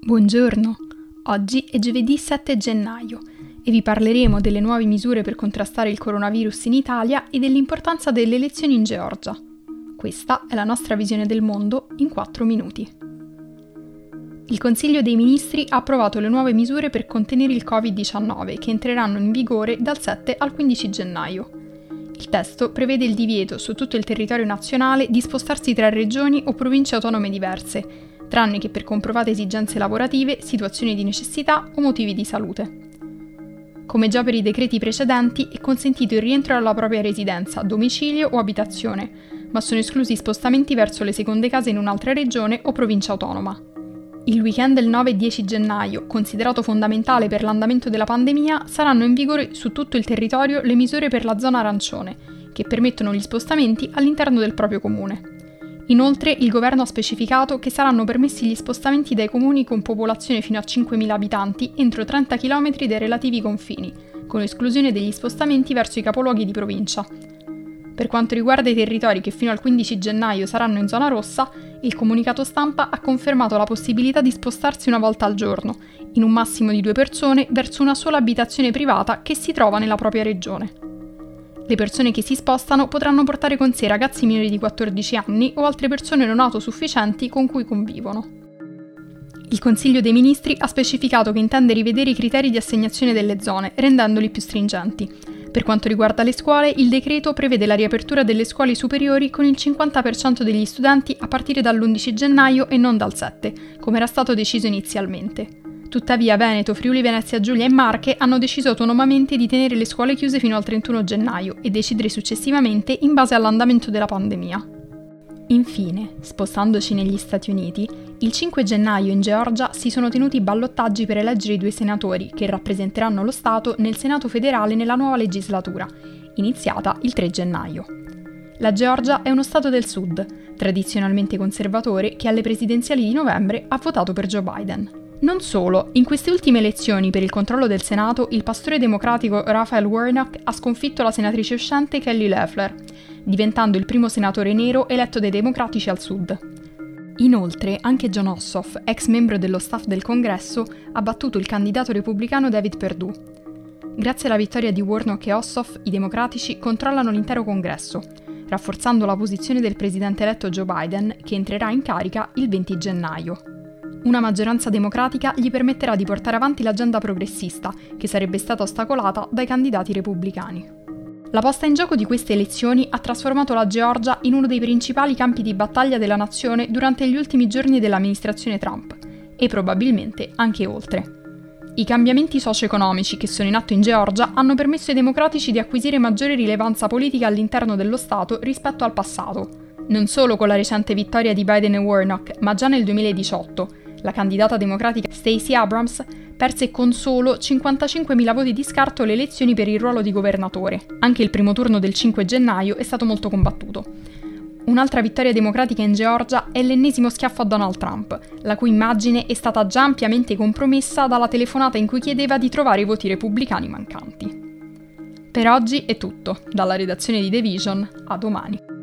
Buongiorno, oggi è giovedì 7 gennaio e vi parleremo delle nuove misure per contrastare il coronavirus in Italia e dell'importanza delle elezioni in Georgia. Questa è la nostra visione del mondo in 4 minuti. Il Consiglio dei Ministri ha approvato le nuove misure per contenere il Covid-19 che entreranno in vigore dal 7 al 15 gennaio. Il testo prevede il divieto su tutto il territorio nazionale di spostarsi tra regioni o province autonome diverse, tranne che per comprovate esigenze lavorative, situazioni di necessità o motivi di salute. Come già per i decreti precedenti, è consentito il rientro alla propria residenza, domicilio o abitazione, ma sono esclusi spostamenti verso le seconde case in un'altra regione o provincia autonoma. Il weekend del 9 e 10 gennaio, considerato fondamentale per l'andamento della pandemia, saranno in vigore su tutto il territorio le misure per la zona arancione, che permettono gli spostamenti all'interno del proprio comune. Inoltre, il governo ha specificato che saranno permessi gli spostamenti dai comuni con popolazione fino a 5.000 abitanti entro 30 km dai relativi confini, con esclusione degli spostamenti verso i capoluoghi di provincia. Per quanto riguarda i territori che fino al 15 gennaio saranno in zona rossa, il comunicato stampa ha confermato la possibilità di spostarsi una volta al giorno, in un massimo di 2 persone, verso una sola abitazione privata che si trova nella propria regione. Le persone che si spostano potranno portare con sé ragazzi minori di 14 anni o altre persone non autosufficienti con cui convivono. Il Consiglio dei Ministri ha specificato che intende rivedere i criteri di assegnazione delle zone, rendendoli più stringenti. Per quanto riguarda le scuole, il decreto prevede la riapertura delle scuole superiori con il 50% degli studenti a partire dall'11 gennaio e non dal 7, come era stato deciso inizialmente. Tuttavia Veneto, Friuli Venezia Giulia e Marche hanno deciso autonomamente di tenere le scuole chiuse fino al 31 gennaio e decidere successivamente in base all'andamento della pandemia. Infine, spostandoci negli Stati Uniti, il 5 gennaio in Georgia si sono tenuti ballottaggi per eleggere i 2 senatori che rappresenteranno lo Stato nel Senato federale nella nuova legislatura, iniziata il 3 gennaio. La Georgia è uno Stato del Sud, tradizionalmente conservatore, che alle presidenziali di novembre ha votato per Joe Biden. Non solo, in queste ultime elezioni per il controllo del Senato, il pastore democratico Raphael Warnock ha sconfitto la senatrice uscente Kelly Loeffler, diventando il primo senatore nero eletto dai democratici al sud. Inoltre, anche Jon Ossoff, ex membro dello staff del Congresso, ha battuto il candidato repubblicano David Perdue. Grazie alla vittoria di Warnock e Ossoff, i democratici controllano l'intero Congresso, rafforzando la posizione del presidente eletto Joe Biden, che entrerà in carica il 20 gennaio. Una maggioranza democratica gli permetterà di portare avanti l'agenda progressista, che sarebbe stata ostacolata dai candidati repubblicani. La posta in gioco di queste elezioni ha trasformato la Georgia in uno dei principali campi di battaglia della nazione durante gli ultimi giorni dell'amministrazione Trump, e probabilmente anche oltre. I cambiamenti socio-economici che sono in atto in Georgia hanno permesso ai democratici di acquisire maggiore rilevanza politica all'interno dello Stato rispetto al passato, non solo con la recente vittoria di Biden e Warnock, ma già nel 2018, la candidata democratica Stacey Abrams perse con solo 55.000 voti di scarto le elezioni per il ruolo di governatore. Anche il primo turno del 5 gennaio è stato molto combattuto. Un'altra vittoria democratica in Georgia è l'ennesimo schiaffo a Donald Trump, la cui immagine è stata già ampiamente compromessa dalla telefonata in cui chiedeva di trovare i voti repubblicani mancanti. Per oggi è tutto, dalla redazione di The Vision, a domani.